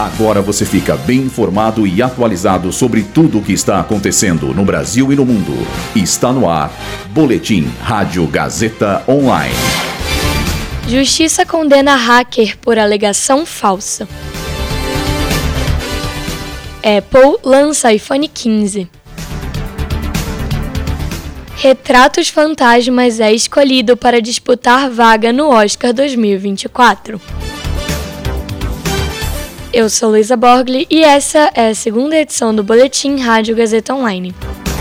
Agora você fica bem informado e atualizado sobre tudo o que está acontecendo no Brasil e no mundo. Está no ar, Boletim Rádio Gazeta Online. Justiça condena hacker por alegação falsa. Apple lança iPhone 15. Retratos Fantasmas é escolhido para disputar vaga no Oscar 2024. Eu sou Luísa Borgli e essa é a segunda edição do Boletim Rádio Gazeta Online.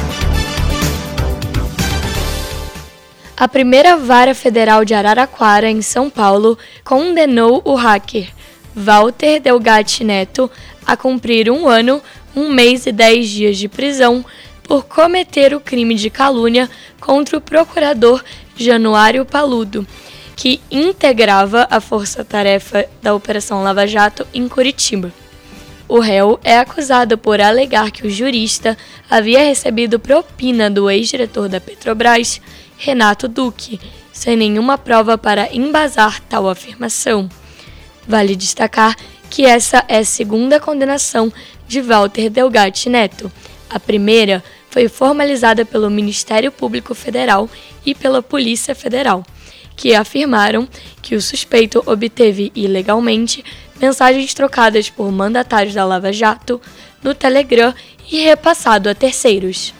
A primeira vara federal de Araraquara, em São Paulo, condenou o hacker Walter Delgatti Neto a cumprir 1 ano, 1 mês e 10 dias de prisão por cometer o crime de calúnia contra o procurador Januário Paludo, que integrava a força-tarefa da Operação Lava Jato em Curitiba. O réu é acusado por alegar que o jurista havia recebido propina do ex-diretor da Petrobras, Renato Duque, sem nenhuma prova para embasar tal afirmação. Vale destacar que essa é a segunda condenação de Walter Delgatti Neto. A primeira foi formalizada pelo Ministério Público Federal e pela Polícia Federal, que afirmaram que o suspeito obteve ilegalmente mensagens trocadas por mandatários da Lava Jato no Telegram e repassado a terceiros.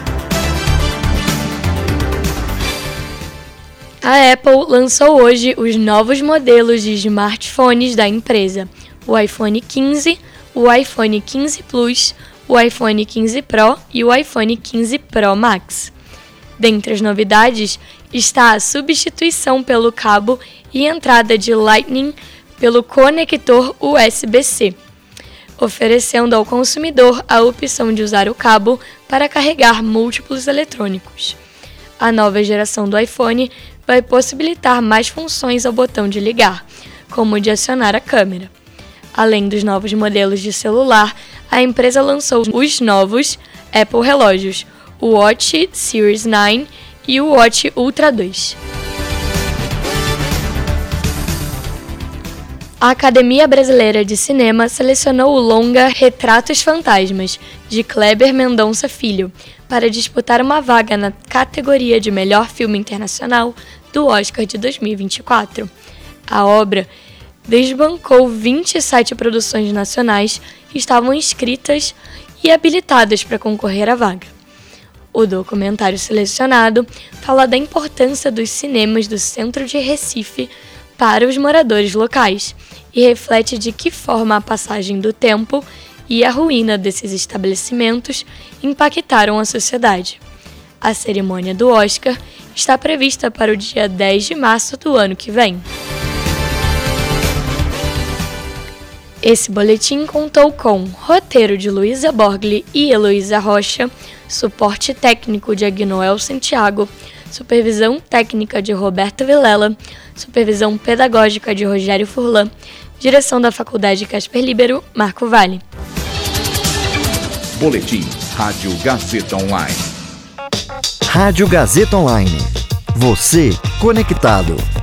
A Apple lançou hoje os novos modelos de smartphones da empresa, o iPhone 15, o iPhone 15 Plus, o iPhone 15 Pro e o iPhone 15 Pro Max. Dentre as novidades está a substituição pelo cabo e entrada de Lightning pelo conector USB-C, oferecendo ao consumidor a opção de usar o cabo para carregar múltiplos eletrônicos. A nova geração do iPhone vai possibilitar mais funções ao botão de ligar, como o de acionar a câmera. Além dos novos modelos de celular, a empresa lançou os novos Apple relógios, o Watch Series 9 e o Watch Ultra 2. A Academia Brasileira de Cinema selecionou o longa Retratos Fantasmas, de Kleber Mendonça Filho, para disputar uma vaga na categoria de melhor filme internacional do Oscar de 2024. A obra desbancou 27 produções nacionais que estavam inscritas e habilitadas para concorrer à vaga. O documentário selecionado fala da importância dos cinemas do centro de Recife para os moradores locais e reflete de que forma a passagem do tempo e a ruína desses estabelecimentos impactaram a sociedade. A cerimônia do Oscar está prevista para o dia 10 de março do ano que vem. Esse boletim contou com roteiro de Luísa Borgli e Heloísa Rocha, suporte técnico de Agnoel Santiago, supervisão técnica de Roberto Vilela, supervisão pedagógica de Rogério Furlan, direção da Faculdade Casper Líbero, Marco Vale. Boletim Rádio Gazeta Online. Rádio Gazeta Online. Você conectado.